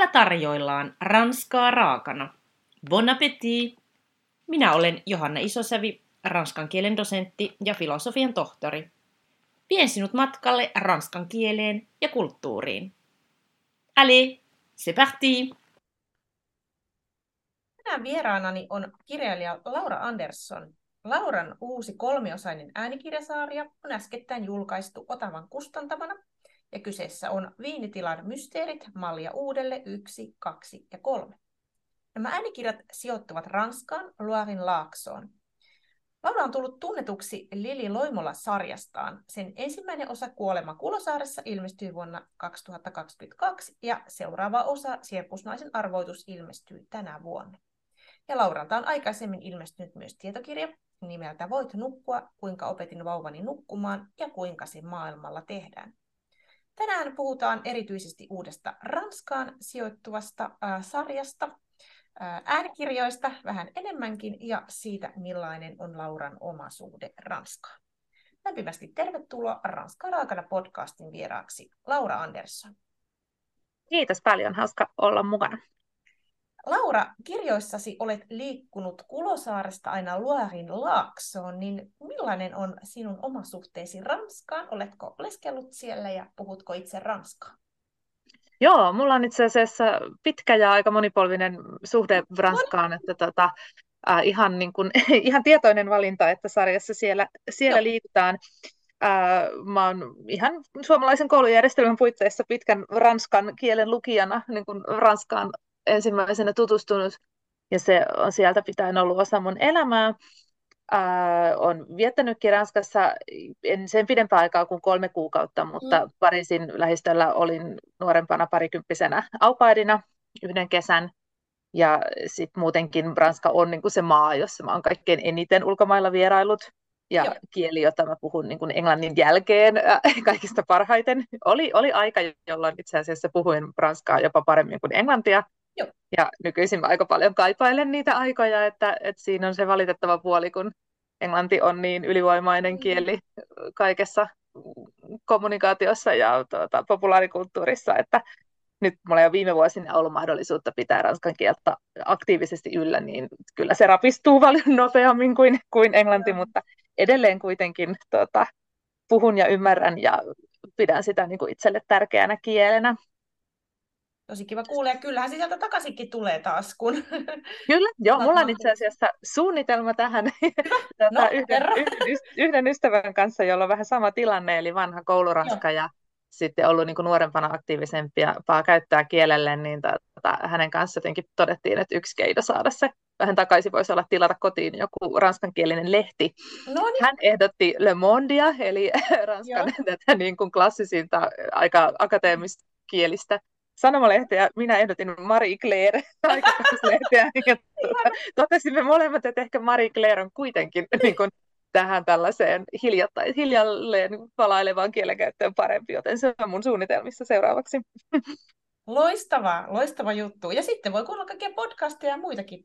tarjoillaan ranskaa raakana. Bon appétit! Minä olen Johanna Isosävi, ranskan kielen dosentti ja filosofian tohtori. Vien sinut matkalle ranskan kieleen ja kulttuuriin. Allez, c'est parti! Tänään vieraanani on kirjailija Laura Andersson. Lauran uusi kolmiosainen äänikirjasarja on äskettäin julkaistu Otavan kustantamana, ja kyseessä on Viinitilan mysteerit mallia uudelle 1, 2 ja 3. Nämä äänikirjat sijoittuvat Ranskaan, Loiren laaksoon. Laura on tullut tunnetuksi Lili Loimola-sarjastaan. Sen ensimmäinen osa Kuolema Kulosaaressa ilmestyi vuonna 2022 ja seuraava osa Sirkusnaisen arvoitus ilmestyy tänä vuonna. Ja Lauralta on aikaisemmin ilmestynyt myös tietokirja nimeltä Voit nukkua, kuinka opetin vauvani nukkumaan ja kuinka se maailmalla tehdään. Tänään puhutaan erityisesti uudesta Ranskaan sijoittuvasta sarjasta, äänikirjoista vähän enemmänkin ja siitä, millainen on Lauran oma suhde Ranskaan. Lämpimästi tervetuloa Ranskaa raakana podcastin vieraaksi Laura Andersson. Kiitos paljon, hauska olla mukana. Laura, kirjoissasi olet liikkunut Kulosaaresta aina Loiren laaksoon, niin millainen on sinun oma suhteesi Ranskaan? Oletko oleskellut siellä ja puhutko itse ranskaa? Joo, mulla on itse asiassa pitkä ja aika monipolvinen suhde Ranskaan, että ihan tietoinen valinta, että sarjassa siellä liikutaan. Mä oon ihan suomalaisen koulujärjestelmän puitteissa pitkän ranskan kielen lukijana niin kuin Ranskaan ensimmäisenä tutustunut, ja se on sieltä pitäen ollut osa mun elämää. Olen viettänytkin Ranskassa en sen pidempää aikaa kuin 3 kuukautta, mutta Pariisin lähistöllä olin nuorempana parikymppisenä aupairina yhden kesän. Ja sitten muutenkin Ranska on niin kuin se maa, jossa mä oon kaikkein eniten ulkomailla vierailut. Ja kieli, jota mä puhun niin kuin englannin jälkeen kaikista parhaiten. Oli aika, jolloin itse asiassa puhuin ranskaa jopa paremmin kuin englantia. Ja nykyisin mä aika paljon kaipailen niitä aikoja, että siinä on se valitettava puoli, kun englanti on niin ylivoimainen kieli kaikessa kommunikaatiossa ja populaarikulttuurissa, että nyt mulla ei ole viime vuosina ollut mahdollisuutta pitää ranskan kieltä aktiivisesti yllä, niin kyllä se rapistuu paljon nopeammin kuin englanti, mutta edelleen kuitenkin puhun ja ymmärrän ja pidän sitä niin kuin itselle tärkeänä kielenä. Tosi kiva kuulla, ja kyllähän sieltä takaisinkin tulee taas, kun... Kyllä, joo, mulla on itse asiassa suunnitelma tähän yhden ystävän kanssa, jolla on vähän sama tilanne, eli vanha kouluranska, ja sitten ollut niin kuin nuorempana aktiivisempia käyttää kielelle, niin hänen kanssa jotenkin todettiin, että yksi keino saada se vähän takaisin voisi olla tilata kotiin joku ranskankielinen lehti. Noniin. Hän ehdotti Le Mondea, eli ranskan tätä niin kuin klassisinta, aika akateemista kielistä sanomalehteä. Minä ehdotin Marie Claire aikakauslehteä. Totesimme molemmat, että ehkä Marie Claire on kuitenkin niin kuin tähän tällaiseen hiljalleen palailevaan kielenkäyttöön parempi, joten se on mun suunnitelmissa seuraavaksi. Loistava juttu. Ja sitten voi kuunnella kaikkia podcasteja ja muitakin.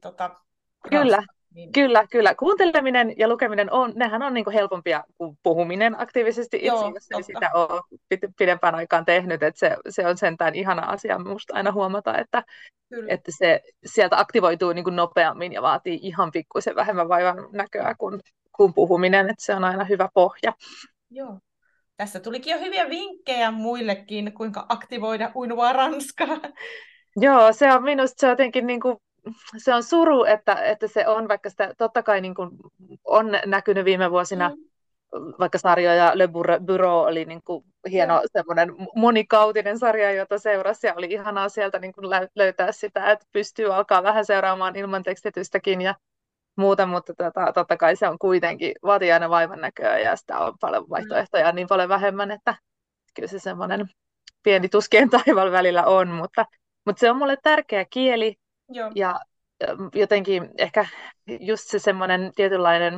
Kyllä. Kuunteleminen ja lukeminen nehän on niin kuin helpompia kuin puhuminen aktiivisesti itse, jos ei sitä ole pidempään aikaan tehnyt. Että se on sentään ihana asia musta aina huomata, että se sieltä aktivoituu niin kuin nopeammin ja vaatii ihan pikkuisen vähemmän vaivan näköä kuin puhuminen. Että se on aina hyvä pohja. Joo. Tässä tulikin jo hyviä vinkkejä muillekin, kuinka aktivoida uinuvaa ranskaa. Joo, minusta se jotenkin niin kuin, se on suru, että se on, vaikka sitä totta kai niin kuin on näkynyt viime vuosina, vaikka sarjoja Le Bureau oli niin kuin hieno semmoinen monikautinen sarja, jota seurasi, ja oli ihanaa sieltä niin kuin löytää sitä, että pystyy alkaa vähän seuraamaan ilman tekstitystäkin ja muuta, mutta totta kai se on kuitenkin, vaatii aina vaivan näköä ja sitä on paljon vaihtoehtoja niin paljon vähemmän, että kyllä se semmoinen pieni tuskien taival välillä on, mutta se on mulle tärkeä kieli. Ja jotenkin ehkä just se semmoinen tietynlainen,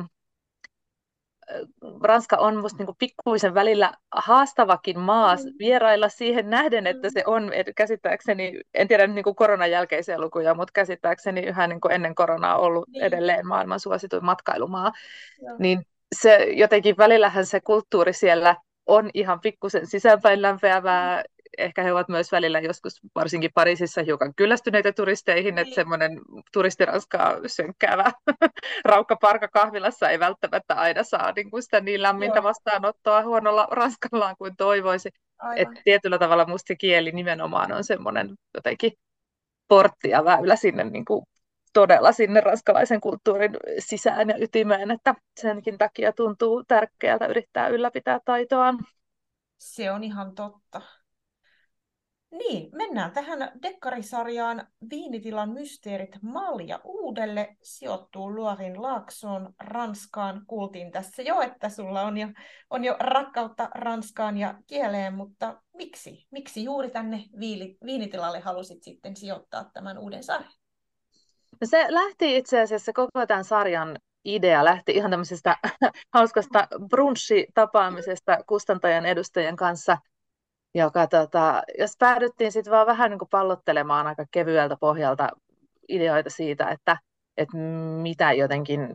Ranska on musta niinku pikkuisen välillä haastavakin maa vierailla siihen nähden, että se on käsittääkseni, en tiedä niinku koronan jälkeisiä lukuja, mutta käsittääkseni yhä niinku ennen koronaa ollut edelleen maailman suosituin matkailumaa. Niin se jotenkin välillähän se kulttuuri siellä on ihan pikkusen sisäänpäin lämpeävää, ehkä he ovat myös välillä joskus, varsinkin Pariisissa, hiukan kyllästyneitä turisteihin, että semmoinen turistiranskaa synkkäävä raukkaparka kahvilassa ei välttämättä aina saa niin kuin sitä niin lämmintä vastaanottoa huonolla ranskallaan kuin toivoisi. Että tietyllä tavalla musta kieli nimenomaan on semmoinen jotenkin portti ja väylä sinne niin kuin todella sinne ranskalaisen kulttuurin sisään ja ytimeen, että senkin takia tuntuu tärkeältä yrittää ylläpitää taitoaan. Se on ihan totta. Niin, mennään tähän dekkarisarjaan. Viinitilan mysteerit Malja Uudelle sijoittuu Loiren laaksoon Ranskaan. Kuultiin tässä jo, että sulla on jo rakkautta Ranskaan ja kieleen, mutta miksi? Miksi juuri tänne viinitilalle halusit sitten sijoittaa tämän uuden sarjan? No se lähti itse asiassa, koko tämän sarjan idea lähti ihan tämmöisestä hauskasta brunchi-tapaamisesta kustantajan edustajien kanssa, joka, jos päädyttiin sitten vaan vähän niin kuin pallottelemaan aika kevyeltä pohjalta ideoita siitä, että mitä jotenkin,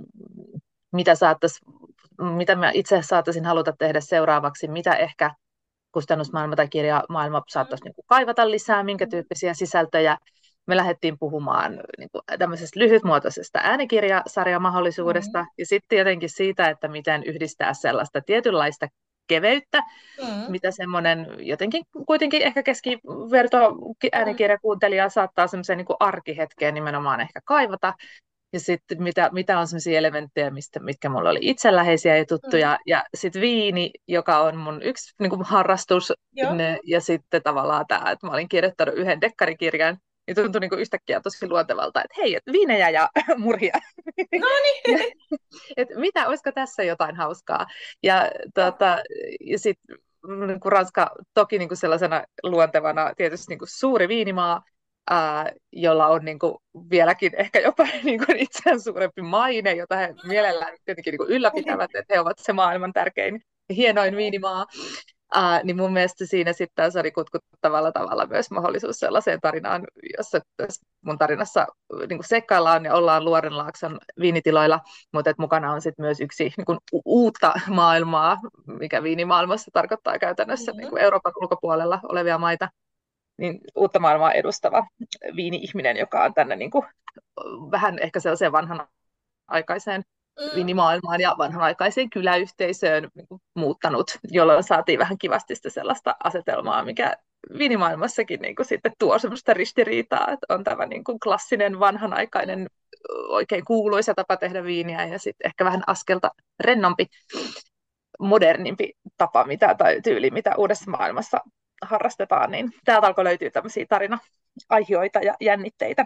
mitä mä itse saattaisin haluta tehdä seuraavaksi, mitä ehkä kustannusmaailma tai kirjamaailma saattaisi niin kuin kaivata lisää, minkä tyyppisiä sisältöjä. Me lähdettiin puhumaan niin kuin tämmöisestä lyhytmuotoisesta äänikirjasarjamahdollisuudesta ja sitten jotenkin siitä, että miten yhdistää sellaista tietynlaista keveyttä, mitä semmoinen jotenkin kuitenkin ehkä keskiverto äänikirjakuuntelija saattaa semmoiseen niin kuin arkihetkeen nimenomaan ehkä kaivata. Ja sitten mitä on sellaisia elementtejä, mitkä mulla oli itseläheisiä ja tuttuja. Ja sitten viini, joka on mun yksi niin kuin harrastus. Ja sitten tavallaan tämä, että mä olin kirjoittanut yhden dekkarikirjan. Ja tuntui niin kuin yhtäkkiä tosi luontevalta, että hei, viinejä ja murhia. No niin. Mitä, olisiko tässä jotain hauskaa? Ja sitten niin kuin Ranska toki niin kuin sellaisena luontevana tietysti niin kuin suuri viinimaa, jolla on niin kuin vieläkin ehkä jopa niin kuin itseään suurempi maine, jota he mielellään tietenkin niin kuin ylläpitävät, että he ovat se maailman tärkein ja hienoin viinimaa. Niin mun mielestä siinä sitten taas oli kutkuttavalla tavalla myös mahdollisuus sellaiseen tarinaan, jossa mun tarinassa niin kuin seikkaillaan ja ollaan Luorenlaakson viinitiloilla, mutta mukana on sitten myös yksi niin kuin uutta maailmaa, mikä viinimaailmassa tarkoittaa käytännössä niin kuin Euroopan ulkopuolella olevia maita, niin uutta maailmaa edustava viini-ihminen, joka on tänne niin kuin vähän ehkä sellaiseen vanhanaikaiseen viinimaailmaan ja vanhanaikaiseen kyläyhteisöön muuttanut, jolloin saatiin vähän kivasti sitä sellaista asetelmaa, mikä viinimaailmassakin niin kuin sitten tuo semmoista ristiriitaa, että on tämä niin kuin klassinen vanhanaikainen oikein kuuluisa tapa tehdä viiniä ja sitten ehkä vähän askelta rennompi, modernimpi tapa tai tyyli, mitä uudessa maailmassa harrastetaan, niin täältä alkoi löytyä tämmöisiä tarina-aihioita ja jännitteitä.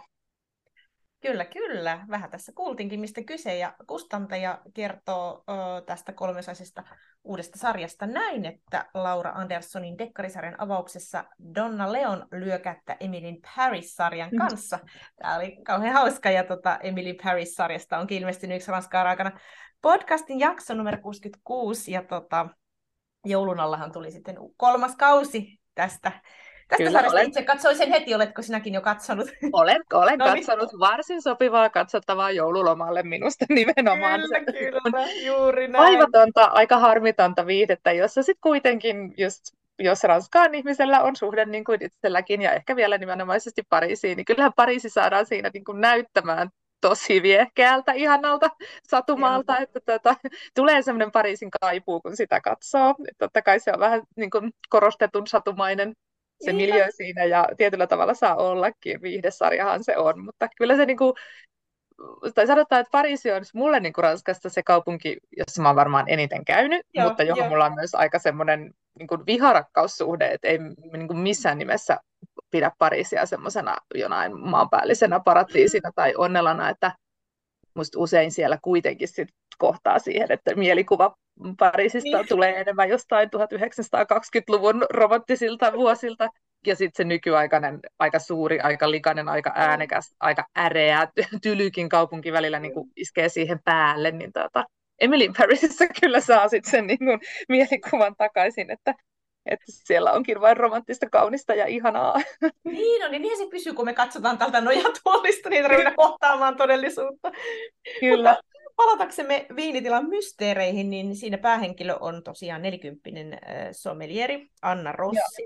Kyllä. Vähän tässä kuultiinkin, mistä kyse. Ja kustantaja kertoo tästä kolmeosaisesta uudesta sarjasta näin, että Laura Anderssonin dekkarisarjan avauksessa Donna Leon lyö kättä Emily in Paris-sarjan kanssa. Tämä oli kauhean hauska, ja Emily in Paris-sarjasta onkin ilmestynyt yksi Ranskaan aikana podcastin jakso numero 66, ja joulun allahan tuli sitten 3. kausi tästä sarjasta. Itse katsoin sen heti, oletko sinäkin jo katsonut? Olen katsonut, varsin sopivaa katsottavaa joululomalle minusta nimenomaan. Kyllä, juuri näin. Aivatonta, aika harmitonta viihdettä, jossa sitten kuitenkin, jos Ranskaan ihmisellä on suhde niin kuin itselläkin ja ehkä vielä nimenomaisesti Pariisiin, niin kyllähän Pariisi saadaan siinä niin kuin näyttämään tosi viehkeältä, ihanalta satumaalta, että tulee semmoinen Pariisin kaipuu, kun sitä katsoo. Totta kai se on vähän niin kuin korostetun satumainen se miljöö siinä ja tietyllä tavalla saa ollakin, viihdesarjahan se on, mutta kyllä se niinku, tai sanotaan, että Pariisi on mulle niinku Ranskasta se kaupunki, jossa mä oon varmaan eniten käynyt, mutta johon mulla on myös aika semmoinen niinku viharakkaussuhde, että ei niinku missään nimessä pidä Pariisia semmoisena jonain maanpäällisenä paratiisina tai onnelana, että musta usein siellä kuitenkin sit kohtaa siihen, että mielikuva Pariisista tulee enemmän jostain 1920-luvun romanttisilta vuosilta. Ja sitten se nykyaikainen, aika suuri, aika likainen, aika äänekäs, aika äreä, tylykin kaupunki välillä niin kuin iskee siihen päälle. Niin Emily in Parisissa kyllä saa sitten sen niin kuin mielikuvan takaisin, että siellä onkin vain romanttista, kaunista ja ihanaa. Niin se pysyy, kun me katsotaan tältä nojatuolista, niin tarvitaan kohtaamaan todellisuutta. Kyllä. Mutta palataksemme viinitilan mysteereihin, niin siinä päähenkilö on tosiaan 40-vuotias sommelieri Anna Rossi,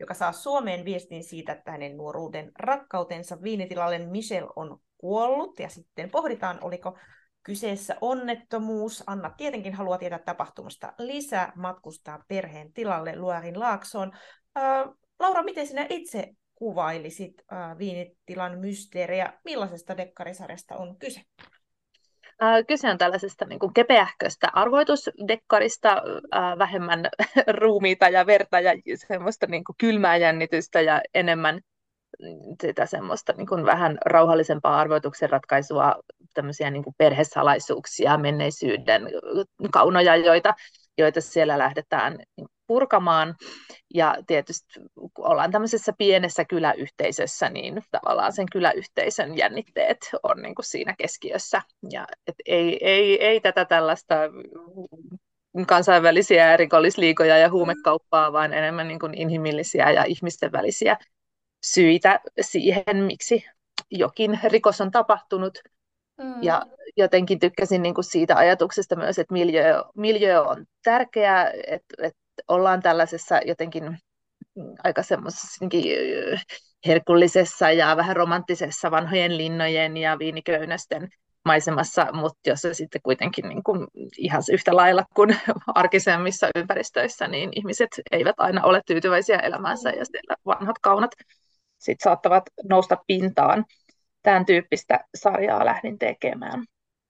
joka saa Suomeen viestin siitä, että hänen nuoruuden rakkautensa viinitilalle Michelle on kuollut. Ja sitten pohditaan, oliko kyseessä onnettomuus. Anna tietenkin haluaa tietää tapahtumasta lisää, matkustaa perheen tilalle Luarin laaksoon. Laura, miten sinä itse kuvailisit viinitilan mysteeriä? Millaisesta dekkarisarjasta on kyse? Kyse on tällaisesta niin kuin kepeähköstä arvoitusdekkarista, vähemmän ruumiita ja verta ja semmoista niin kuin kylmää jännitystä ja enemmän sitä semmoista niin kuin vähän rauhallisempaa arvoituksen ratkaisua, tämmöisiä niin kuin perhesalaisuuksia, menneisyyden kaunoja, joita siellä lähdetään purkamaan. Ja tietysti kun ollaan tämmöisessä pienessä kyläyhteisössä, niin tavallaan sen kyläyhteisön jännitteet on niin kuin siinä keskiössä. Ja ei tätä tällaista kansainvälisiä rikollisliigoja ja huumekauppaa, vaan enemmän niin kuin inhimillisiä ja ihmisten välisiä syitä siihen, miksi jokin rikos on tapahtunut. Ja jotenkin tykkäsin niin kuin siitä ajatuksesta myös, että miljöö on tärkeää, että ollaan tällaisessa jotenkin aika semmoisessa herkullisessa ja vähän romanttisessa vanhojen linnojen ja viiniköynnösten maisemassa, mutta jossa sitten kuitenkin niin kuin ihan yhtä lailla kuin arkisemmissa ympäristöissä, niin ihmiset eivät aina ole tyytyväisiä elämäänsä ja siellä vanhat kaunat sit saattavat nousta pintaan. Tämän tyyppistä sarjaa lähdin tekemään.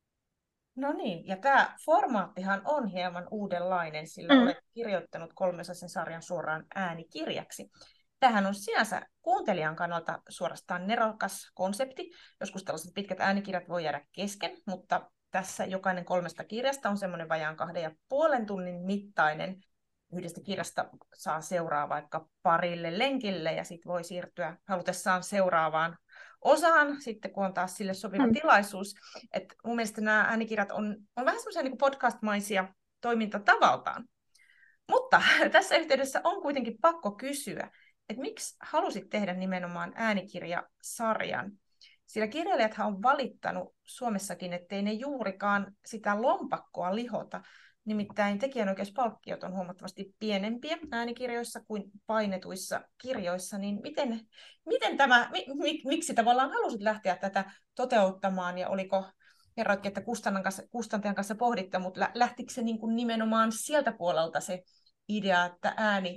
No niin, ja tämä formaattihan on hieman uudenlainen, sillä olet kirjoittanut kolmeosaisen sarjan suoraan äänikirjaksi. Tämähän on sinänsä kuuntelijan kannalta suorastaan nerokas konsepti. Joskus tällaiset pitkät äänikirjat voi jäädä kesken, mutta tässä jokainen 3 kirjasta on semmoinen vajaan 2,5 tunnin mittainen. Yhdestä kirjasta saa seuraa vaikka parille lenkille ja sitten voi siirtyä halutessaan seuraavaan osaan, sitten kun on taas sille sopiva tilaisuus. Et mun mielestä nämä äänikirjat on vähän semmoisia niin podcast-maisia toimintatavaltaan. Mutta tässä yhteydessä on kuitenkin pakko kysyä, että miksi halusit tehdä nimenomaan äänikirjasarjan? Sillä kirjailijathan on valittanut Suomessakin, ettei ne juurikaan sitä lompakkoa lihota. Nimittäin tekijänoikeuspalkkiot on huomattavasti pienempiä äänikirjoissa kuin painetuissa kirjoissa, niin miksi tavallaan halusit lähteä tätä toteuttamaan, ja kerroitkin, että kustantajan kanssa pohditte, mutta lähtikö se niin kuin nimenomaan sieltä puolelta se idea, että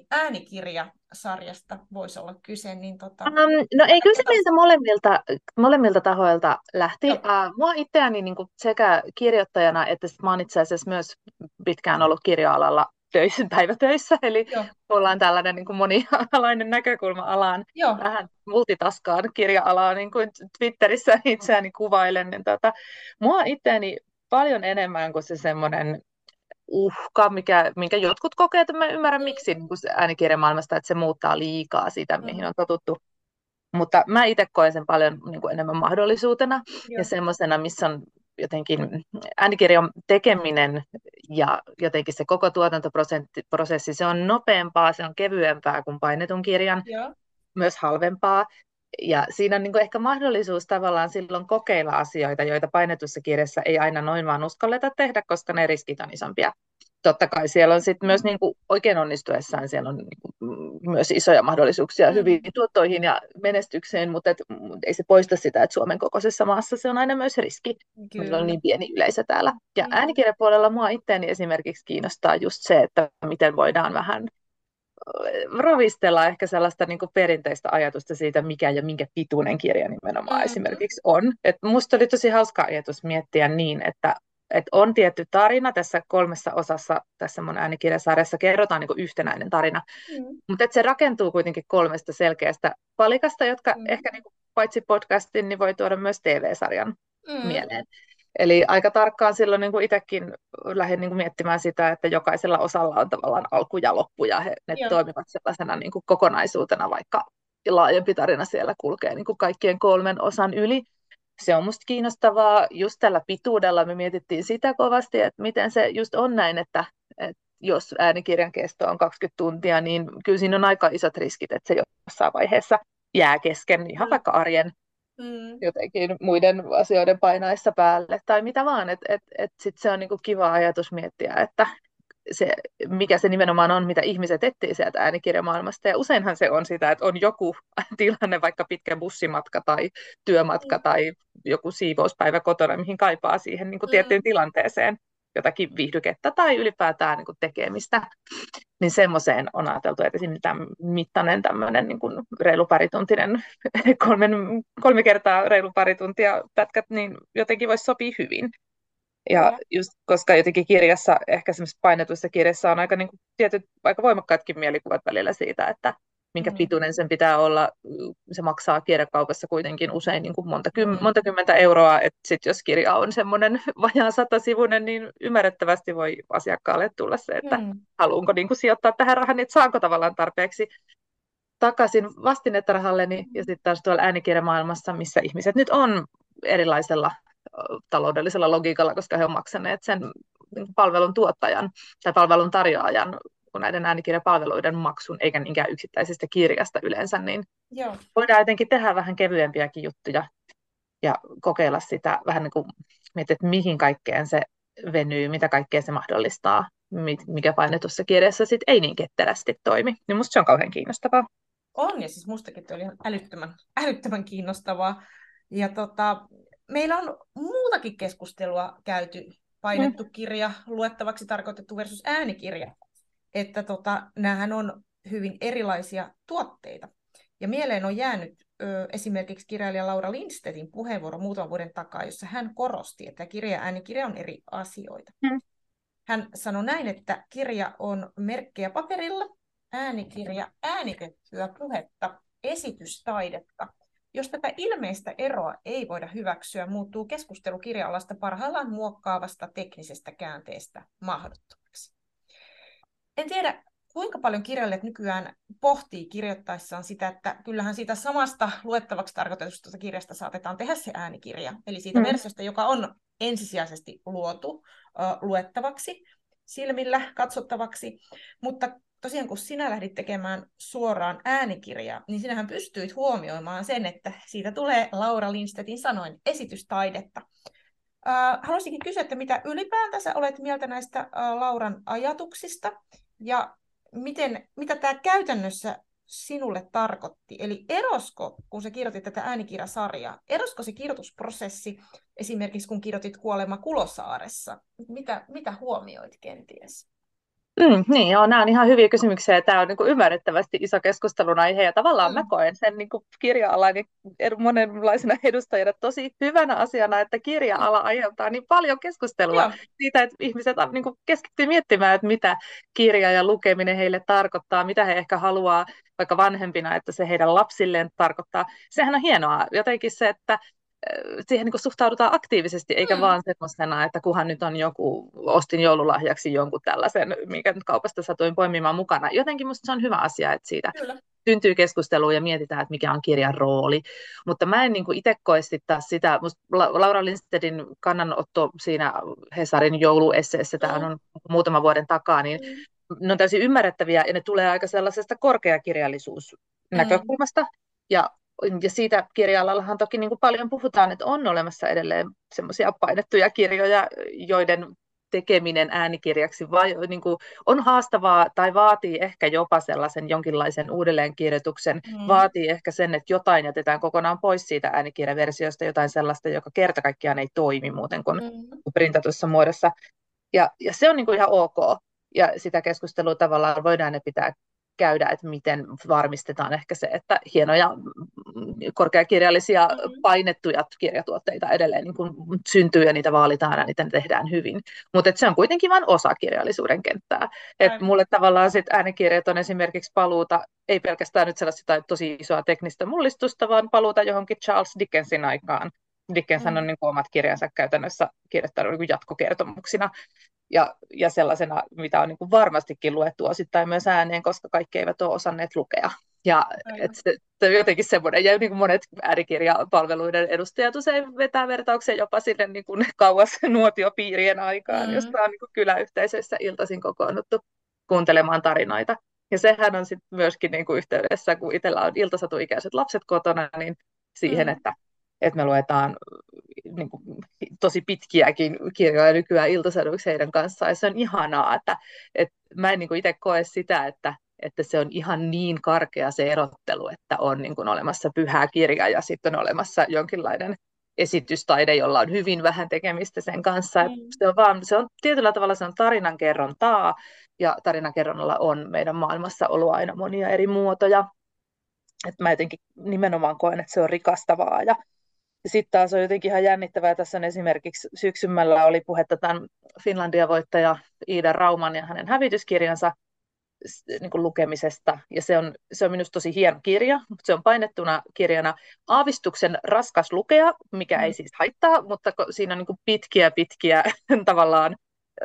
äänikirjasarjasta voisi olla kyse? Niin no ei, kyllä se meiltä molemmilta tahoilta lähti. Mua itseäni niin kuin sekä kirjoittajana, että mä oon itse asiassa myös pitkään ollut kirja-alalla päivätöissä, eli ollaan tällainen niin kuin monialainen näkökulma alaan, vähän multitaskaan kirja-alaa, niin kuin Twitterissä itseäni kuvailen. Niin mua itseäni paljon enemmän kuin se semmoinen uhka, minkä jotkut kokee, että mä ymmärrän miksi niin äänikirjamaailmasta, että se muuttaa liikaa sitä, mihin on totuttu. Mutta mä itse koen sen paljon niin kuin enemmän mahdollisuutena ja semmoisena, missä on jotenkin äänikirjan tekeminen ja jotenkin se koko tuotantoprosessi, se on nopeampaa, se on kevyempää kuin painetun kirjan, myös halvempaa. Ja siinä on niin kuin ehkä mahdollisuus tavallaan silloin kokeilla asioita, joita painetussa kirjassa ei aina noin vaan uskalleta tehdä, koska ne riskit on isompia. Totta kai siellä on sitten myös niin kuin oikein onnistuessaan siellä on niin kuin myös isoja mahdollisuuksia hyviin tuottoihin ja menestykseen, mutta ei se poista sitä, että Suomen kokoisessa maassa se on aina myös riski. Meillä on niin pieni yleisö täällä. Ja äänikirjapuolella mua itseäni esimerkiksi kiinnostaa just se, että miten voidaan vähän ravistella ehkä sellaista niin kuin perinteistä ajatusta siitä, mikä ja minkä pituinen kirja nimenomaan esimerkiksi on. Musta oli tosi hauska ajatus miettiä niin, että on tietty tarina tässä 3 osassa, tässä mun äänikirjasarjassa kerrotaan niin kuin yhtenäinen tarina, mutta se rakentuu kuitenkin 3 selkeästä palikasta, jotka ehkä niin kuin, paitsi podcastin, niin voi tuoda myös TV-sarjan mieleen. Eli aika tarkkaan silloin niin kuin itsekin lähdin niin kuin miettimään sitä, että jokaisella osalla on tavallaan alku ja loppu, ja ne toimivat sellaisena niin kuin kokonaisuutena, vaikka laajempi tarina siellä kulkee niin kuin kaikkien 3 osan yli. Se on musta kiinnostavaa. Just tällä pituudella me mietittiin sitä kovasti, että miten se just on näin, että jos äänikirjan kesto on 20 tuntia, niin kyllä siinä on aika isot riskit, että se jossain vaiheessa jää kesken ihan vaikka arjen jotenkin muiden asioiden painaessa päälle tai mitä vaan. Sitten se on niinku kiva ajatus miettiä, että mikä se nimenomaan on, mitä ihmiset etsii sieltä äänikirjamaailmasta. Ja useinhan se on sitä, että on joku tilanne, vaikka pitkä bussimatka tai työmatka tai joku siivouspäivä kotona, mihin kaipaa siihen niin kuin tiettyyn tilanteeseen jotakin viihdykettä tai ylipäätään niin kuin tekemistä. Niin semmoiseen on ajateltu, että esimerkiksi tämän mittainen tämmöinen niin kuin reilu parituntinen, 3 kertaa reilu pari tuntia pätkät, niin jotenkin voisi sopia hyvin. Ja just koska jotenkin kirjassa, ehkä semmoisessa painetussa kirjassa on aika, niin kuin, tietyt, aika voimakkaatkin mielikuvat välillä siitä, että minkä pituinen sen pitää olla. Se maksaa kirjakaupassa kuitenkin usein niin kuin monta kymmentä euroa. Että sit jos kirja on semmoinen vajaa 100-sivuinen, niin ymmärrettävästi voi asiakkaalle tulla se, että haluanko niin kuin sijoittaa tähän rahan, että saanko tavallaan tarpeeksi takaisin vastinetta rahalleni. Ja sitten taas tuolla äänikirjamaailmassa, missä ihmiset nyt on erilaisella taloudellisella logiikalla, koska he ovat maksaneet sen palvelun tuottajan tai palvelun tarjoajan näiden äänikirjapalveluiden maksun, eikä niinkään yksittäisestä kirjasta yleensä, niin voidaan jotenkin tehdä vähän kevyempiäkin juttuja ja kokeilla sitä vähän niin kuin miettiä, että mihin kaikkeen se venyy, mitä kaikkea se mahdollistaa, mikä painetussa kirjassa sitten ei niin ketterästi toimi. Niin musta se on kauhean kiinnostavaa. On, ja siis mustakin oli ihan älyttömän kiinnostavaa. Ja meillä on muutakin keskustelua käyty, painettu kirja, luettavaksi tarkoitettu versus äänikirja. Että näähän on hyvin erilaisia tuotteita. Ja mieleen on jäänyt esimerkiksi kirjailija Laura Lindstedtin puheenvuoro muutaman vuoden takaa, jossa hän korosti, että kirja ja äänikirja on eri asioita. Hän sanoi näin, että kirja on merkkejä paperilla, äänikirja äänitettyä puhetta, esitystaidetta. Jos tätä ilmeistä eroa ei voida hyväksyä, muuttuu keskustelu kirja-alasta parhaillaan muokkaavasta teknisestä käänteestä mahdottomaksi. En tiedä, kuinka paljon kirjailijat nykyään pohtii kirjoittaessaan sitä, että kyllähän siitä samasta luettavaksi tarkoitetusta kirjasta saatetaan tehdä se äänikirja. Eli siitä versiosta, joka on ensisijaisesti luotu luettavaksi, silmillä katsottavaksi. Mutta tosiaan kun sinä lähdit tekemään suoraan äänikirjaa, niin sinähän pystyit huomioimaan sen, että siitä tulee Laura Lindstedtin sanoin esitystaidetta. Haluaisinkin kysyä, että mitä ylipäätänsä olet mieltä näistä Lauran ajatuksista ja mitä tämä käytännössä sinulle tarkoitti? Eli erosko, kun sä kirjoitit tätä äänikirjasarjaa, erosko se kirjoitusprosessi esimerkiksi kun kirjoitit Kuolema Kulosaaressa? Mitä huomioit kenties? Niin, joo, nämä on ihan hyviä kysymyksiä. Tämä on niin kuin ymmärrettävästi iso keskustelun aihe ja tavallaan mä koen sen niin kuin kirja-alan monenlaisena edustajana tosi hyvänä asiana, että kirja-ala aiheuttaa niin paljon keskustelua siitä, että ihmiset niin kuin keskittyy miettimään, että mitä kirja ja lukeminen heille tarkoittaa, mitä he ehkä haluaa vaikka vanhempina, että se heidän lapsilleen tarkoittaa. Sehän on hienoa jotenkin se, että siihen niin kuin suhtaudutaan aktiivisesti, eikä vaan semmoisena, että kunhan nyt on joku, ostin joululahjaksi jonkun tällaisen, mikä nyt kaupasta satuin poimimaan mukana. Jotenkin musta se on hyvä asia, että siitä syntyy keskustelua ja mietitään, että mikä on kirjan rooli. Mutta mä en niin kuin itse koe taas sitä, musta Laura Lindstedtin kannanotto siinä Hesarin jouluesseessä, tämä on muutaman vuoden takaa, niin ne on täysin ymmärrettäviä ja ne tulee aika sellaisesta korkeakirjallisuusnäkökulmasta. Ja siitä kirja-alallahan toki niin kuin paljon puhutaan, että on olemassa edelleen semmoisia painettuja kirjoja, joiden tekeminen äänikirjaksi niin kuin on haastavaa tai vaatii ehkä jopa sellaisen jonkinlaisen uudelleenkirjoituksen, vaatii ehkä sen, että jotain jätetään kokonaan pois siitä äänikirjaversiosta, jotain sellaista, joka kerta kaikkiaan ei toimi muuten kuin printatussa muodossa. Ja se on niin kuin ihan ok. Ja sitä keskustelua tavallaan voidaan ne pitää käydä, että miten varmistetaan ehkä se, että hienoja korkeakirjallisia painettuja kirjatuotteita edelleen niin kun syntyy ja niitä vaalitaan ja niitä tehdään hyvin. Mutta se on kuitenkin vain osa kirjallisuuden kenttää. Et mulle tavallaan sit äänikirjat on esimerkiksi paluuta, ei pelkästään nyt sellaista tosi isoa teknistä mullistusta, vaan paluuta johonkin Charles Dickensin aikaan. Dickenshän on niin kuin omat kirjansa käytännössä kirjoittanut niin kuin jatkokertomuksina. Ja sellaisena, mitä on niin kuin varmastikin luettu osittain myös ääneen, koska kaikki eivät ole osanneet lukea. Ja se jotenkin semmoinen, ja niin kuin monet äänikirjapalveluiden edustajat usein vetää vertauksia jopa sinne niin kuin kauas nuotiopiirien aikaan, josta on niin kuin kyläyhteisöissä iltaisin kokoonnuttu kuuntelemaan tarinoita. Ja sehän on sitten myöskin niin kuin yhteydessä, kun itsellä on iltasatuikäiset lapset kotona, niin siihen, että me luetaan niin kuin, tosi pitkiäkin kirjoja nykyään iltasaduiksi heidän kanssaan. Ja se on ihanaa, että mä en niin kuin itse koe sitä, että se on ihan niin karkea se erottelu, että on niin kuin olemassa pyhä kirja ja sitten on olemassa jonkinlainen esitystaide, jolla on hyvin vähän tekemistä sen kanssa. Se on tietyllä tavalla se on tarinankerrontaa, ja tarinankerronnalla on meidän maailmassa ollut aina monia eri muotoja. Että mä jotenkin nimenomaan koen, että se on rikastavaa. Ja sitten taas on jotenkin ihan jännittävää. Tässä on esimerkiksi syksymällä oli puhetta tämän Finlandia-voittaja Iida Rauman ja hänen hävityskirjansa niin kuin lukemisesta. Ja se on minusta tosi hieno kirja. Se on painettuna kirjana aavistuksen raskas lukea, mikä ei siis haittaa, mutta siinä on niin kuin pitkiä tavallaan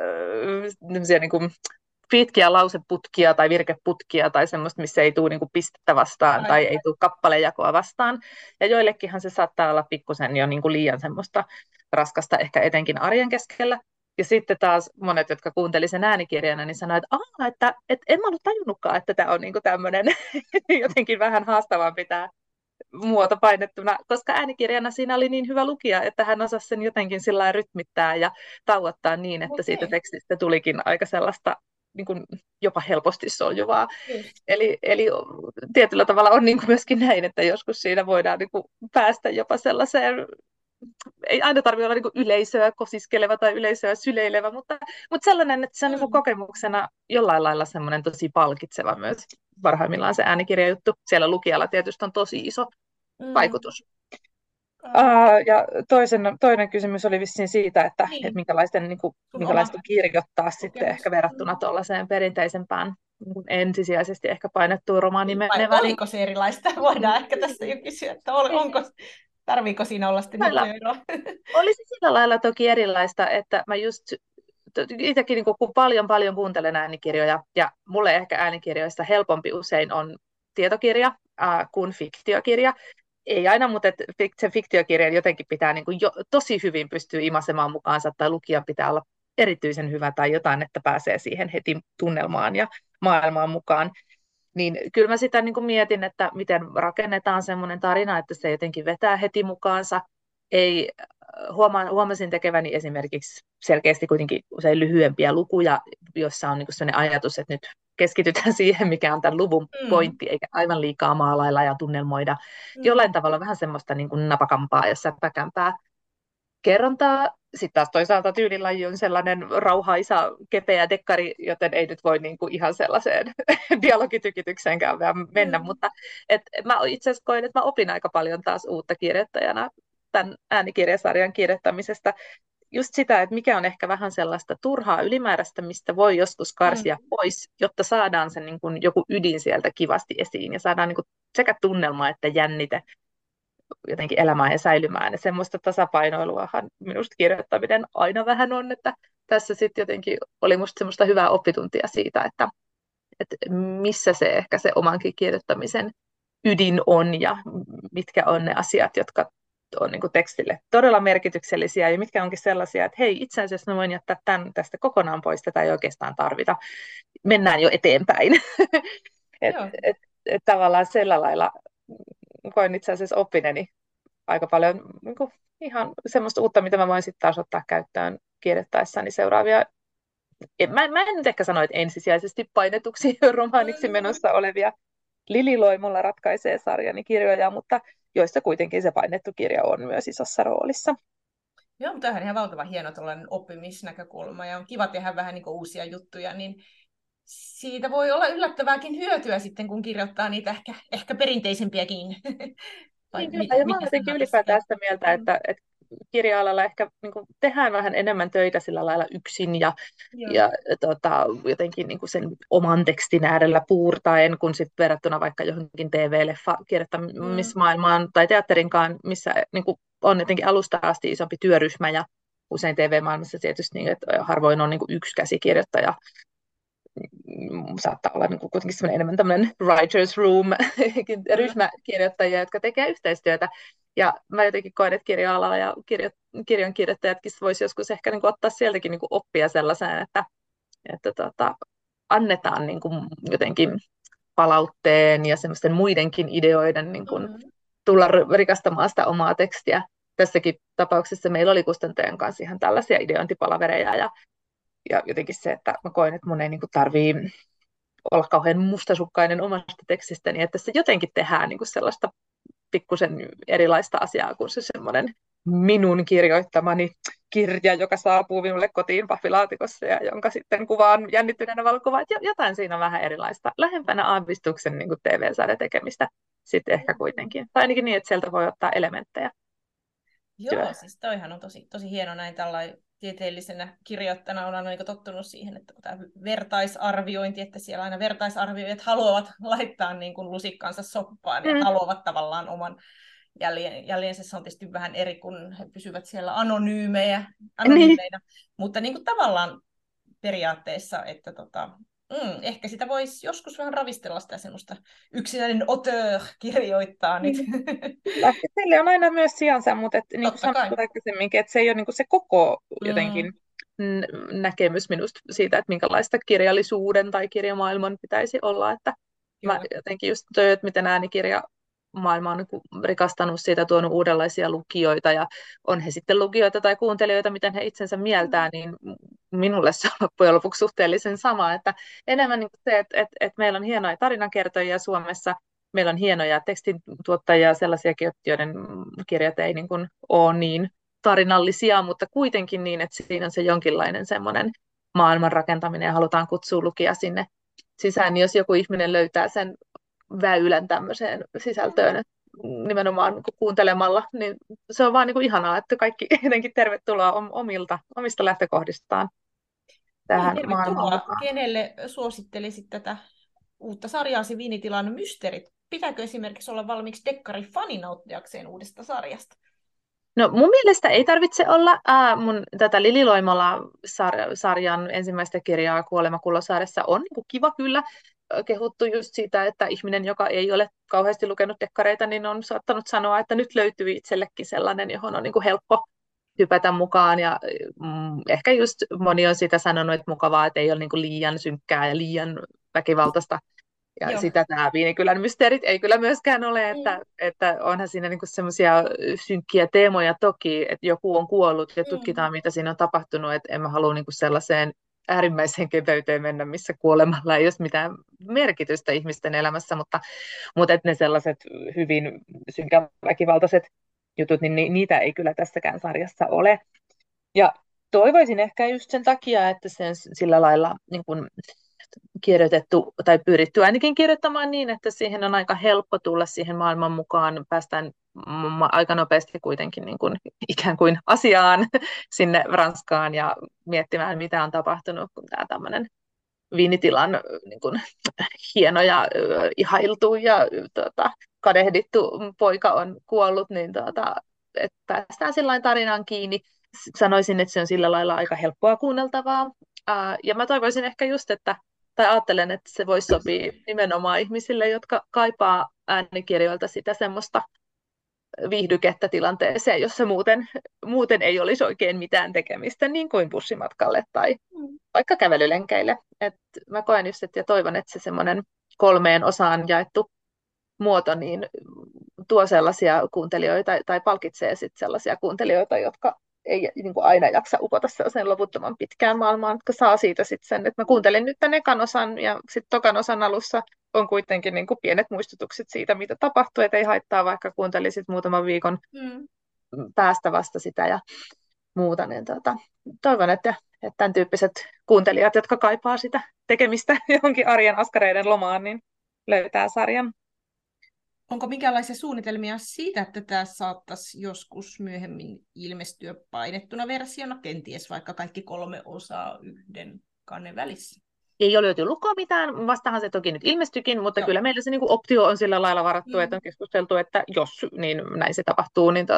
niin kuin pitkiä lauseputkia tai virkeputkia tai semmoista, missä ei tule niinku pistettä vastaan tai ei tule kappalejakoa vastaan. Ja joillekinhan se saattaa olla pikkusen jo niinku liian semmoista raskasta, ehkä etenkin arjen keskellä. Ja sitten taas monet, jotka kuuntelivat sen äänikirjana, niin sanoivat, että en mä ollut tajunnutkaan, että tämä on niinku tämmöinen jotenkin vähän haastavampi tämä muoto painettuna, koska äänikirjana siinä oli niin hyvä lukija, että hän osasi sen jotenkin sillä rytmittää ja tauottaa niin, että siitä tekstistä tulikin aika sellaista niin kuin jopa helposti soljuvaa. Eli tietyllä tavalla on niin kuin myöskin näin, että joskus siinä voidaan niin kuin päästä jopa sellaiseen, ei aina tarvitse olla niin kuin yleisöä kosiskeleva tai yleisöä syleilevä, mutta sellainen, että se on niin kuin kokemuksena jollain lailla semmoinen tosi palkitseva myös parhaimmillaan se äänikirjajuttu. Siellä lukijalla tietysti on tosi iso vaikutus. Ja toinen kysymys oli vissiin siitä, että minkälaista kirjoittaa sitten ehkä verrattuna tuollaiseen perinteisempään ensisijaisesti ehkä painettuun romaaniin menevään. Oliko se erilaista? Voidaan ehkä tässä jo kysyä, että tarviiko siinä olla sitten eroa? Olisi sillä lailla toki erilaista, että mä just itsekin niin kun paljon kuuntelen äänikirjoja, ja mulle ehkä äänikirjoista helpompi usein on tietokirja kuin fiktiokirja. Ei aina, mutta sen fiktiokirjan jotenkin pitää niin kuin tosi hyvin pystyä imasemaan mukaansa, tai lukijan pitää olla erityisen hyvä tai jotain, että pääsee siihen heti tunnelmaan ja maailmaan mukaan. Niin kyllä mä sitä niin kuin mietin, että miten rakennetaan semmoinen tarina, että se jotenkin vetää heti mukaansa. Huomasin tekeväni esimerkiksi selkeästi kuitenkin usein lyhyempiä lukuja, joissa on niin kuin sellainen ajatus, että nyt keskitytään siihen, mikä on tämän luvun pointti, eikä aivan liikaa maalailla ja tunnelmoida. Jollain tavalla vähän semmoista niin kuin napakampaa ja säpäkämpää kerrontaa. Sitten taas toisaalta tyylilaji on sellainen rauhaisa, kepeä dekkari, joten ei nyt voi niin kuin ihan sellaiseen dialogitykitykseenkään mennä. Mutta mä itse asiassa koen, että mä opin aika paljon taas uutta kirjoittajana tämän äänikirjasarjan kirjoittamisesta. Just sitä, että mikä on ehkä vähän sellaista turhaa ylimääräistä, mistä voi joskus karsia pois, jotta saadaan sen niin kuin joku ydin sieltä kivasti esiin ja saadaan niin kuin sekä tunnelma että jännite jotenkin elämään ja säilymään. Ja semmoista tasapainoiluahan minusta kirjoittaminen aina vähän on, että tässä sitten jotenkin oli musta semmoista hyvää oppituntia siitä, että missä se ehkä se omankin kirjoittamisen ydin on ja mitkä on ne asiat, jotka on niin kuin tekstille todella merkityksellisiä ja mitkä onkin sellaisia, että hei, itse asiassa mä voin jättää tämän tästä kokonaan pois, tätä ei oikeastaan tarvita. Mennään jo eteenpäin. Tavallaan sillä lailla koin itse asiassa oppineeni aika paljon niin kuin ihan semmoista uutta, mitä mä voin sitten taas ottaa käyttöön kirjoittaessani seuraavia. Mä en nyt ehkä sano, että ensisijaisesti painetuksi romaaniksi menossa olevia Lili Loimolla ratkaisee sarjani kirjoja, mutta joista kuitenkin se painettu kirja on myös isossa roolissa. Joo, mutta on ihan valtavan hieno tällainen oppimisnäkökulma ja on kiva tehdä vähän niin kuin uusia juttuja, niin siitä voi olla yllättävääkin hyötyä sitten, kun kirjoittaa niitä ehkä perinteisempiäkin. Niin, ja mä olen jotenkin ylipäätään sitä mieltä, että kirja-alalla ehkä niin kuin tehdään vähän enemmän töitä sillä lailla yksin ja jotenkin niin kuin sen oman tekstin äärellä puurtaen, kun sit verrattuna vaikka johonkin TV-leffa kirjoittamismaailmaan tai teatterinkaan, missä niin kuin on jotenkin alusta asti isompi työryhmä ja usein TV-maailmassa tietysti niin, että harvoin on niin kuin yksi käsikirjoittaja. Saattaa olla niin kuin kuitenkin enemmän tämmöinen writer's room, ryhmäkirjoittajia, jotka tekee yhteistyötä. Ja mä jotenkin koen, että kirja-alalla ja kirjan kirjoittajatkin voisi joskus ehkä niin kuin ottaa sieltäkin niin kuin oppia sellaiseen, että annetaan niin kuin jotenkin palautteen ja semmoisten muidenkin ideoiden niin kuin tulla rikastamaan sitä omaa tekstiä tässäkin tapauksessa meillä oli kustantajan kanssa ihan tällaisia ideointipalavereja ja jotenkin se, että mä koen, että mun ei niin kuin tarvii olla kauhean mustasukkainen omasta tekstistäni, että se jotenkin tehdään niin kuin sellaista pikkusen erilaista asiaa kuin se semmoinen minun kirjoittamani kirja, joka saapuu minulle kotiin pahvilaatikossa ja jonka sitten kuvaan jännittyneenä valokuvaa. Jotain siinä on vähän erilaista. Lähempänä aavistuksen niin kuin TV-sarjan tekemistä sitten ehkä kuitenkin. Tai ainakin niin, että sieltä voi ottaa elementtejä. Joo, siis toihan on tosi hieno näin tällainen tieteellisenä kirjoittajana on aina niin tottunut siihen, että kun tämä vertaisarviointi, että siellä aina vertaisarvioijat haluavat laittaa niin kuin lusikkansa soppaan ja haluavat tavallaan oman jäljensä. Se on tietysti vähän eri, kun he pysyvät siellä anonyymeinä, mutta niin kuin tavallaan periaatteessa, että ehkä sitä voisi joskus vähän ravistella sitä semmoista yksinäinen auteur kirjoittaa nyt. Sille on aina myös sijansa, mutta niin kuin sanottu aikaisemminkin, että se ei ole niin kuin se koko jotenkin näkemys minusta siitä, että minkälaista kirjallisuuden tai kirjamaailman pitäisi olla. Että mä jotenkin just toi, että miten äänikirjamaailma on niin rikastanut siitä, tuonut uudenlaisia lukijoita, ja on he sitten lukijoita tai kuuntelijoita, miten he itsensä mieltää, niin minulle se on loppujen lopuksi suhteellisen sama, että enemmän niin se, että meillä on hienoja tarinankertojia Suomessa, meillä on hienoja tekstintuottajia, sellaisiakin, joiden kirjat ei niin kuin ole niin tarinallisia, mutta kuitenkin niin, että siinä on se jonkinlainen semmoinen maailman rakentaminen ja halutaan kutsua lukija sinne sisään, niin jos joku ihminen löytää sen väylän tämmöiseen sisältöön nimenomaan kuuntelemalla, niin se on vaan niin kuin ihanaa, että kaikki jotenkin tervetuloa omista lähtökohdistaan tähän maailmaan. Kenelle suosittelisit tätä uutta sarjaasi Viinitilan mysteerit? Pitääkö esimerkiksi olla valmiiksi dekkari-fani nauttiakseen uudesta sarjasta? No mun mielestä ei tarvitse olla. Mun tätä Lili Loimola-sarjan ensimmäistä kirjaa Kuolema Kullosaaressa on niin kuin kiva kyllä kehuttu just siitä, että ihminen, joka ei ole kauheasti lukenut dekkareita, niin on saattanut sanoa, että nyt löytyy itsellekin sellainen, johon on niin kuin helppo hypätä mukaan. Ja ehkä just moni on sitä sanonut, että mukavaa, että ei ole niin kuin liian synkkää ja liian väkivaltaista. Ja sitä tämä Viinikylän mysteerit ei kyllä myöskään ole, että onhan siinä niinku semmoisia synkkiä teemoja toki, että joku on kuollut ja tutkitaan, mitä siinä on tapahtunut, että en mä halua niinku sellaiseen äärimmäiseen keveyteen mennä, missä kuolemalla ei ole mitään merkitystä ihmisten elämässä, mutta että ne sellaiset hyvin synkän väkivaltaiset jutut, niin niitä ei kyllä tässäkään sarjassa ole. Ja toivoisin ehkä just sen takia, että sen sillä lailla niin kun kirjoitettu tai pyritty ainakin kirjoittamaan niin, että siihen on aika helppo tulla siihen maailman mukaan, päästään aika nopeasti kuitenkin niin kuin ikään kuin asiaan sinne Ranskaan ja miettimään, mitä on tapahtunut, kun tämä tämmöinen Viinitilan niin kuin hieno ja ihailtu ja kadehdittu poika on kuollut, niin että päästään sillain tarinaan kiinni. Sanoisin, että se on sillä lailla aika helppoa kuunneltavaa. Ja mä toivoisin ehkä just, tai ajattelen, että se voisi sopia nimenomaan ihmisille, jotka kaipaa äänikirjoilta sitä semmoista viihdykettä tilanteeseen, jossa muuten ei olisi oikein mitään tekemistä, niin kuin bussimatkalle tai vaikka kävelylenkeille. Et mä koen just, ja toivon, että se semmoinen 3 osaan jaettu muoto niin tuo sellaisia kuuntelijoita tai palkitsee sit sellaisia kuuntelijoita, jotka ei niin kuin aina jaksa upota sellaisen loputtoman pitkään maailmaan, jotka saa siitä sitten sen, että mä kuuntelin nyt tämän ekan osan ja sitten tokan osan alussa on kuitenkin niin kuin pienet muistutukset siitä, mitä tapahtuu, että ei haittaa, vaikka kuuntelisit muutaman viikon päästä vasta sitä ja muuta, niin toivon, että tämän tyyppiset kuuntelijat, jotka kaipaa sitä tekemistä johonkin arjen askareiden lomaan, niin löytää sarjan. Onko minkälaisia suunnitelmia siitä, että tämä saattaisi joskus myöhemmin ilmestyä painettuna versiona, kenties vaikka kaikki 3 osaa yhden kannen välissä? Ei ole löyty lukkoa mitään, vastahan se toki nyt ilmestyikin, mutta kyllä meillä se niinku optio on sillä lailla varattu, että on keskusteltu, että jos niin näin se tapahtuu, niin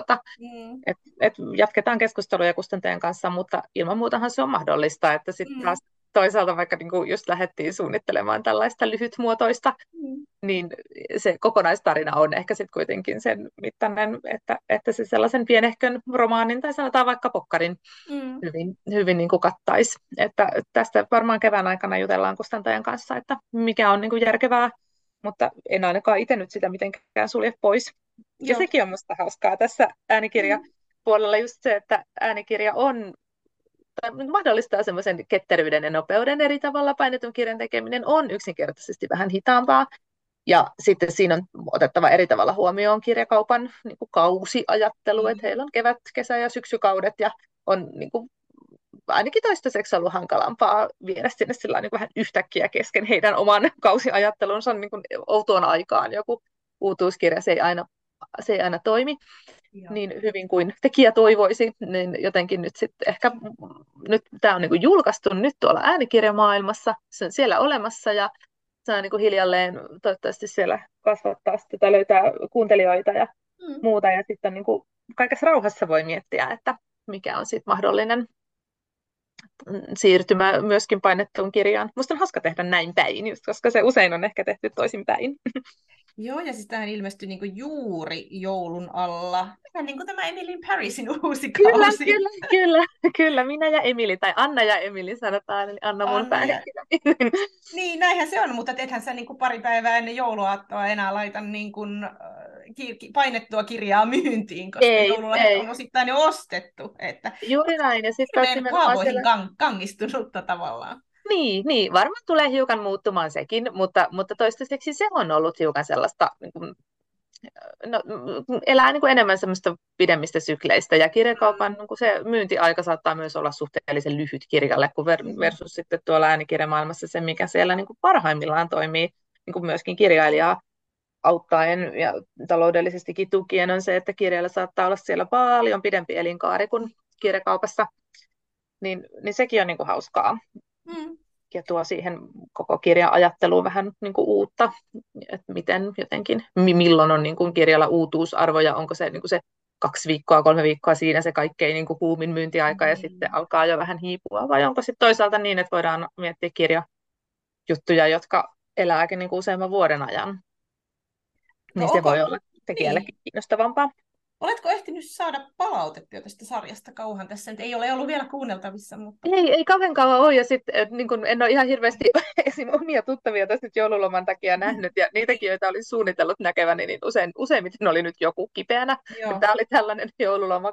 et jatketaan keskusteluja kustantajan kanssa, mutta ilman muutahan se on mahdollista, että sitten taas toisaalta vaikka niinku just lähdettiin suunnittelemaan tällaista lyhytmuotoista, niin se kokonaistarina on ehkä sitten kuitenkin sen mittainen, että se sellaisen pienehkön romaanin tai sanotaan vaikka pokkarin hyvin niin kuin kattaisi. Että tästä varmaan kevään aikana jutellaan kustantajan kanssa, että mikä on niin kuin järkevää, mutta en ainakaan itse nyt sitä mitenkään sulje pois. Ja sekin on musta hauskaa tässä äänikirja puolella just se, että äänikirja mahdollistaa semmoisen ketteryyden ja nopeuden eri tavalla. Painetun kirjan tekeminen on yksinkertaisesti vähän hitaampaa. Ja sitten siinä on otettava eri tavalla huomioon kirjakaupan niin kuin kausiajattelu, että heillä on kevät-, kesä- ja syksykaudet, ja on niin kuin, ainakin toistaiseksi ollut hankalampaa viedä sinne sillä niin kuin vähän yhtäkkiä kesken heidän oman kausiajattelunsa niin kuin outoon aikaan. Joku uutuuskirja, se ei aina toimi. Joo. Niin hyvin kuin tekijä toivoisi, niin jotenkin nyt sitten ehkä, nyt tämä on niin kuin julkaistu nyt tuolla äänikirjamaailmassa, se on siellä olemassa ja saa niin kuin hiljalleen toivottavasti siellä kasvattaa sitä tai löytää kuuntelijoita ja muuta ja sitten niin kuin kaikessa rauhassa voi miettiä, että mikä on sitten mahdollinen siirtymä myöskin painettuun kirjaan. Musta on hauska tehdä näin päin, just koska se usein on ehkä tehty toisin päin. Joo, ja siis tämähän ilmestyi niinku juuri joulun alla. Vähän niin kuin tämä Emily in Parisin uusi kausi. Kyllä. Minä ja Emily, tai Anna ja Emily sanotaan, eli Anna mun päiväkirja. Niin, näinhän se on, mutta ethän sä niinku pari päivää ennen jouluaattoa enää laita niinku, painettua kirjaa myyntiin, koska joululahjat on osittain jo ostettu. Että juuri näin, ja sitten haavoihin kangistunutta tavallaan. Niin, varmaan tulee hiukan muuttumaan sekin, mutta toistaiseksi se on ollut hiukan sellaista, elää niin kuin enemmän semmoista pidemmistä sykleistä, ja kirjakaupan se myyntiaika saattaa myös olla suhteellisen lyhyt kirjalle, kun versus sitten tuolla äänikirjamaailmassa se, mikä siellä niin kuin parhaimmillaan toimii niin kuin myöskin kirjailijaa auttaen ja taloudellisestikin tukien on se, että kirjalla saattaa olla siellä paljon pidempi elinkaari kuin kirjakaupassa, niin sekin on niin kuin hauskaa. Ja tuo siihen koko kirjan ajatteluun vähän niin kuin uutta, että miten jotenkin, milloin on niin kuin kirjalla uutuusarvo ja onko se, niin kuin se 2 viikkoa, 3 viikkoa siinä se kaikkein niin kuin kuumin myyntiaika ja sitten alkaa jo vähän hiipua, vai onko sitten toisaalta niin, että voidaan miettiä kirjajuttuja, jotka elääkin niin kuin useamman vuoden ajan. Niin se voi olla tekijällekin kiinnostavampaa. Oletko ehtinyt saada palautetta jo tästä sarjasta kauhan? Tässä nyt ei ole ollut vielä kuunneltavissa, mutta... Ei kauhean kauan ole, ja sitten niin en ole ihan hirveästi esim. Omia tuttavia tässä nyt joululoman takia nähnyt, ja niitäkin, joita olin suunnitellut näkeväni, niin useimmiten oli nyt joku kipeänä. Tämä oli tällainen joululoma,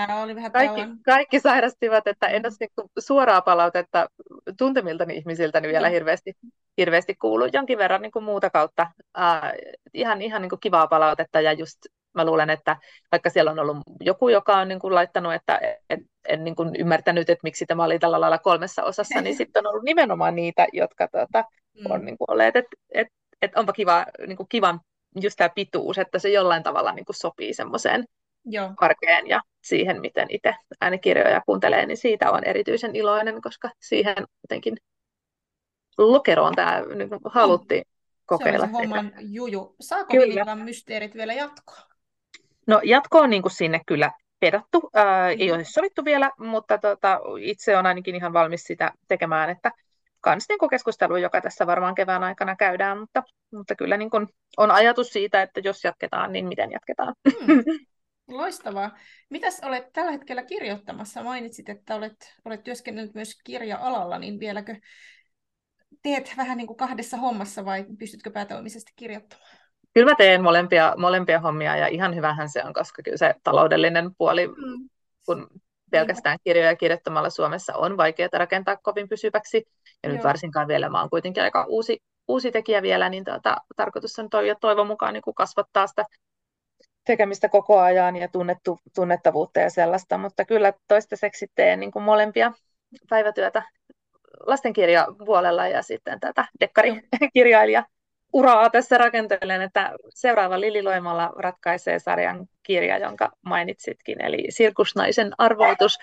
kaikki sairastivat, että en ole niin suoraa palautetta tuntemiltani ihmisiltä vielä hirveästi kuullut, jonkin verran niin kuin muuta kautta. Ihan niin kuin kivaa palautetta, ja just mä luulen, että vaikka siellä on ollut joku, joka on niin kuin laittanut, että en niin kuin ymmärtänyt, että miksi tämä oli tällä lailla 3 osassa, niin sitten on ollut nimenomaan niitä, jotka on niin kuin olleet, että onpa kivan just tämä pituus, että se jollain tavalla niin kuin sopii semmoiseen arkeen ja siihen, miten itse äänikirjoja kuuntelee, niin siitä on erityisen iloinen, koska siihen jotenkin lokeroon tämä niin kuin haluttiin kokeilla. Se on se homman juju. Saako Villilan mysteerit vielä jatkoa? No jatko on niin kuin sinne kyllä pedattu. Ei ole sovittu vielä, mutta itse on ainakin ihan valmis sitä tekemään, että kans niin kuin keskustelu, joka tässä varmaan kevään aikana käydään, mutta kyllä niin kuin on ajatus siitä, että jos jatketaan, niin miten jatketaan. Loistavaa. Mitäs olet tällä hetkellä kirjoittamassa? Mainitsit, että olet työskennellyt myös kirja-alalla, niin vieläkö teet vähän niin kuin 2 hommassa vai pystytkö päätoimisesti kirjoittamaan? Kyllä mä teen molempia hommia ja ihan hyvähän se on, koska kyllä se taloudellinen puoli, kun pelkästään kirjoja kirjoittamalla Suomessa on vaikeaa rakentaa kovin pysyväksi. Ja nyt varsinkaan vielä mä oon kuitenkin aika uusi tekijä vielä, niin tarkoitus on toivon mukaan niin kuin kasvattaa sitä tekemistä koko ajan ja tunnettavuutta ja sellaista, mutta kyllä toistaiseksi teen niin kuin molempia päivätyötä lastenkirjapuolella ja sitten tätä dekkarikirjailija uraa tässä rakentelen, että seuraava Lili Loimala ratkaisee sarjan kirja, jonka mainitsitkin, eli Sirkusnaisen arvoitus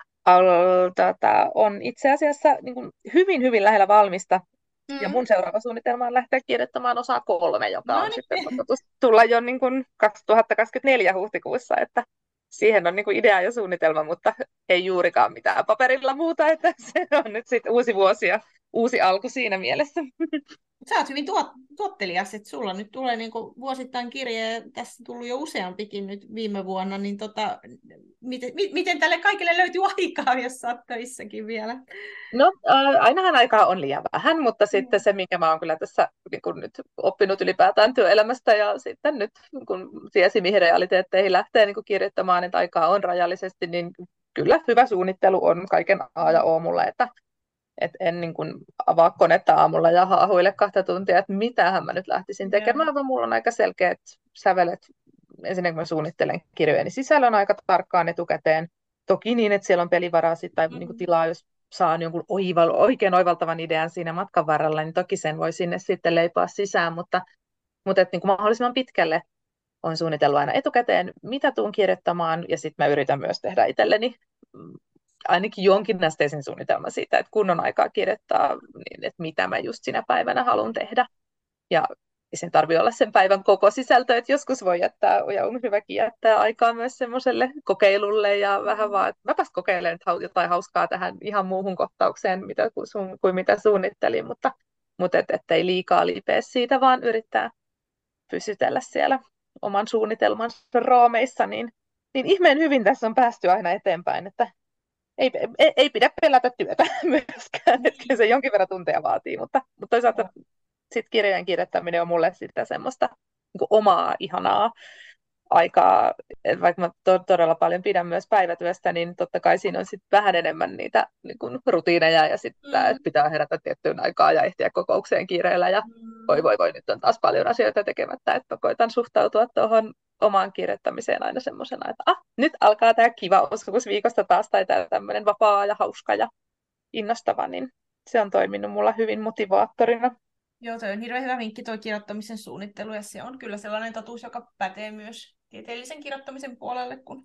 on itse asiassa niin kuin hyvin lähellä valmista. Ja mun seuraava suunnitelma on lähteä kirjoittamaan osaa 3, joka on sitten tulla jo niin kuin 2024 huhtikuussa, että siihen on niin kuin idea ja suunnitelma, mutta ei juurikaan mitään paperilla muuta, että se on nyt sitten uusi vuosi ja uusi alku siinä mielessä. Sä oot hyvin tuottelias, että sulla nyt tulee niin vuosittain kirja, ja tässä on tullut jo useampikin nyt viime vuonna, niin miten tälle kaikille löytyy aikaa, jos sä oot töissäkin vielä? No, ainahan aikaa on liian vähän, mutta sitten se, minkä mä oon kyllä tässä niin kun nyt oppinut ylipäätään työelämästä ja sitten nyt kun tiesi, mihin realiteetteihin lähtee niin kun kirjoittamaan, että aikaa on rajallisesti, niin kyllä hyvä suunnittelu on kaiken A ja O mulle, että en niin kun avaa konetta aamulla ja haahuile 2 tuntia, että mitähän mä nyt lähtisin tekemään, vaan mulla on aika selkeät sävelet. Ensinnäkin kun mä suunnittelen kirjojeni sisällön aika tarkkaan etukäteen, toki niin, että siellä on pelivaraa tai niin kuin tilaa, jos saan jonkun oikein oivaltavan idean siinä matkan varrella, niin toki sen voi sinne sitten leipoa sisään, mutta että niin kuin mahdollisimman pitkälle on suunnitellut aina etukäteen, mitä tuun kirjoittamaan, ja sitten mä yritän myös tehdä itselleni ainakin jonkinasteisen suunnitelman siitä, että kun on aikaa kirjoittaa, niin että mitä mä just sinä päivänä haluan tehdä. Ja sen tarvitse olla sen päivän koko sisältö, että joskus voi jättää, ja on hyväkin jättää aikaa myös semmoiselle kokeilulle, ja vähän vaan, että mäpäs kokeilen jotain hauskaa tähän ihan muuhun kohtaukseen, kuin mitä suunnittelin, mutta ettei liikaa lipeä siitä, vaan yrittää pysytellä siellä oman suunnitelmansa raameissa, niin ihmeen hyvin tässä on päästy aina eteenpäin, että ei pidä pelätä työtä myöskään, että se jonkin verran tunteja vaatii, mutta toisaalta sitten kirjojen kirjoittaminen on mulle sitä semmoista niin kuin omaa ihanaa aikaa, että vaikka mä todella paljon pidän myös päivätyöstä, niin totta kai siinä on sitten vähän enemmän niitä niin kuin rutiineja ja sitten että pitää herätä tiettyyn aikaan ja ehtiä kokoukseen kiireellä ja voi, nyt on taas paljon asioita tekemättä, että koitan suhtautua tuohon omaan kirjoittamiseen aina semmoisena, että nyt alkaa tämä kiva osuus viikosta taas tai tämmöinen vapaa ja hauska ja innostava, niin se on toiminut mulla hyvin motivaattorina. Joo, toi on hirveän hyvä vinkki tuo kirjoittamisen suunnittelu, ja se on kyllä sellainen totuus, joka pätee myös tieteellisen kirjoittamisen puolelle, kun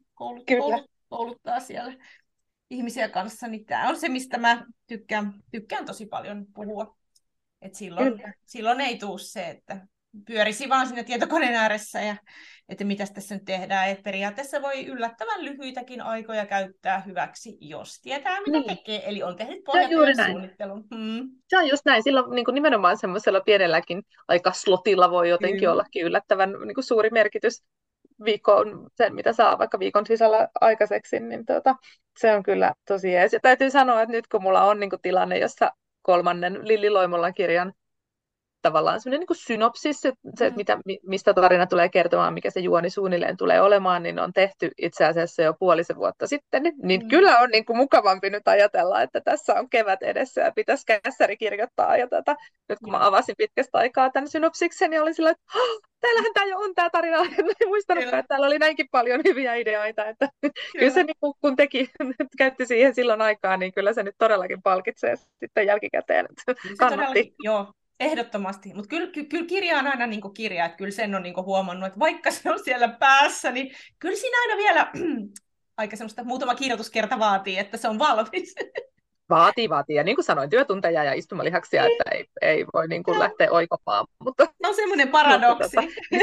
kouluttaa siellä ihmisiä kanssa, niin tämä on se, mistä mä tykkään tosi paljon puhua. Et silloin ei tule se, että pyörisi vaan siinä tietokoneen ääressä ja että mitä tässä nyt tehdään. Et periaatteessa voi yllättävän lyhyitäkin aikoja käyttää hyväksi, jos tietää mitä tekee. Eli on tehnyt pohjatyösuunnittelun. Se on just näin. Silloin niin kuin nimenomaan semmoisella pienelläkin aikaslotilla voi jotenkin ollakin yllättävän niin kuin suuri merkitys viikkoon, sen mitä saa vaikka viikon sisällä aikaiseksi. Niin se on kyllä tosi jees. Ja täytyy sanoa, että nyt kun mulla on niin kuin tilanne, jossa 3. Lilli Loimolan kirjan tavallaan semmoinen niin kuin synopsis, se, että mistä tarina tulee kertomaan, mikä se juoni suunnilleen tulee olemaan, niin on tehty itse asiassa jo 5 vuotta sitten. Niin kyllä on niin kuin mukavampi nyt ajatella, että tässä on kevät edessä ja pitäisi kässäri kirjoittaa. Ja nyt kun mä avasin pitkästä aikaa tämän synopsiksen, niin oli sillä, että täällähän tämä jo on tämä tarina. En muistanutkaan, että täällä oli näinkin paljon hyviä ideoita. Että kyllä se, niin kun käytti siihen silloin aikaa, niin kyllä se nyt todellakin palkitsee sitten jälkikäteen. Kannatti. Joo. Ehdottomasti, mutta kyllä kirja on aina niin kuin kirja, että kyllä sen on niin kuin huomannut, että vaikka se on siellä päässä, niin kyllä siinä aina vielä aika semmoista muutama kirjoituskerta vaatii, että se on valmis. Vaatii. Ja niin kuin sanoin, työtunteja ja istumalihaksia, että ei voi niin kuin lähteä oikomaan. Mutta, se on semmoinen paradoksi.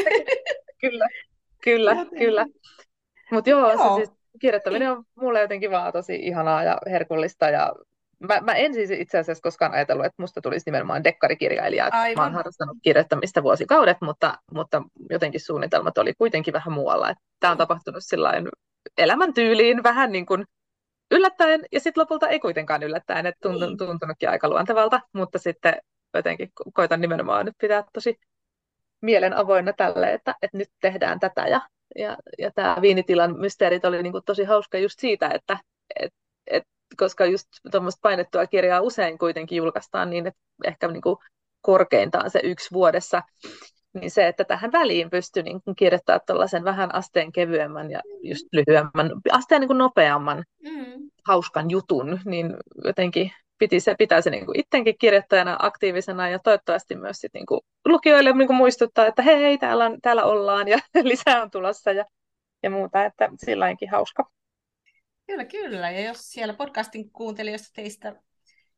Kyllä. Mutta joo. Se siis, kirjoittaminen on mulle jotenkin vaan tosi ihanaa ja herkullista ja Mä en siis itse asiassa koskaan ajatellut, että musta tulisi nimenomaan dekkarikirjailija. Mä oon harrastanut kirjoittamista vuosikaudet, mutta jotenkin suunnitelmat oli kuitenkin vähän muualla. Tämä on tapahtunut sillain elämäntyyliin vähän niin kuin yllättäen, ja sitten lopulta ei kuitenkaan yllättäen, että tuntunutkin aika luontevalta, mutta sitten jotenkin koitan nimenomaan nyt pitää tosi mielen avoinna tälle, että nyt tehdään tätä. Ja tämä Viinitilan mysteerit oli niin kuin tosi hauska just siitä, että koska just tuommoista painettua kirjaa usein kuitenkin julkaistaan niin, että ehkä niin kuin korkeintaan se 1 vuodessa, niin se, että tähän väliin pystyy niin kuin kirjoittamaan tuollaisen vähän asteen kevyemmän ja just lyhyemmän, asteen niin kuin nopeamman, hauskan jutun, niin jotenkin pitää se niin kuin itsekin kirjoittajana aktiivisena ja toivottavasti myös sit niin kuin lukijoille niin kuin muistuttaa, että hei, täällä ollaan ja lisää on tulossa ja muuta, että sillainkin hauska. Kyllä. Ja jos siellä podcastin kuuntelijoista teistä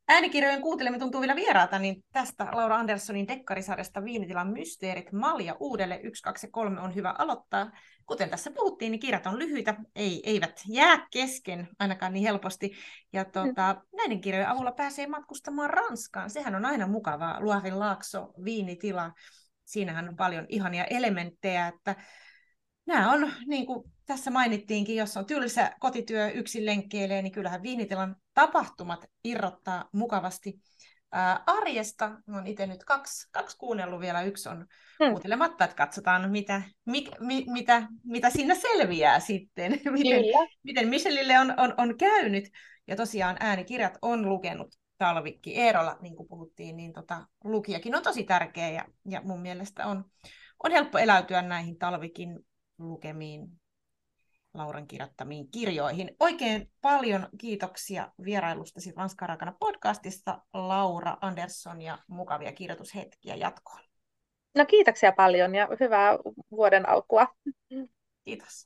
äänikirjojen kuuntelemme tuntuu vielä vieraalta, niin tästä Laura Anderssonin dekkarisarjasta Viinitilan mysteerit, Malja uudelle 1, 2 ja 3 on hyvä aloittaa. Kuten tässä puhuttiin, niin kirjat on lyhyitä, eivät jää kesken ainakaan niin helposti. Ja näiden kirjojen avulla pääsee matkustamaan Ranskaan. Sehän on aina mukavaa. Luorin laakso, Viinitila, siinähän on paljon ihania elementtejä, että nämä on, niin kuin tässä mainittiinkin, jos on tylsä kotityö yksin lenkkeilee, niin kyllähän Viinitilan tapahtumat irrottaa mukavasti arjesta. Olen itse nyt kaksi kuunnellut vielä, yksi on kuuntelematta, että katsotaan mitä siinä selviää sitten, miten Michelille on käynyt. Ja tosiaan äänikirjat on lukenut Talvikki Eerola, niin kuin puhuttiin, niin lukijakin on tosi tärkeä ja mun mielestä on helppo eläytyä näihin Talvikin lukemiin Lauran kirjoittamiin kirjoihin. Oikein paljon kiitoksia vierailustasi Ranskan raakana podcastissa, Laura Andersson, ja mukavia kirjoitushetkiä jatkoon. No kiitoksia paljon ja hyvää vuoden alkua. Kiitos.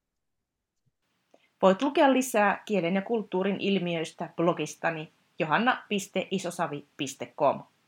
Voit lukea lisää kielen ja kulttuurin ilmiöistä blogistani johanna.isosavi.com.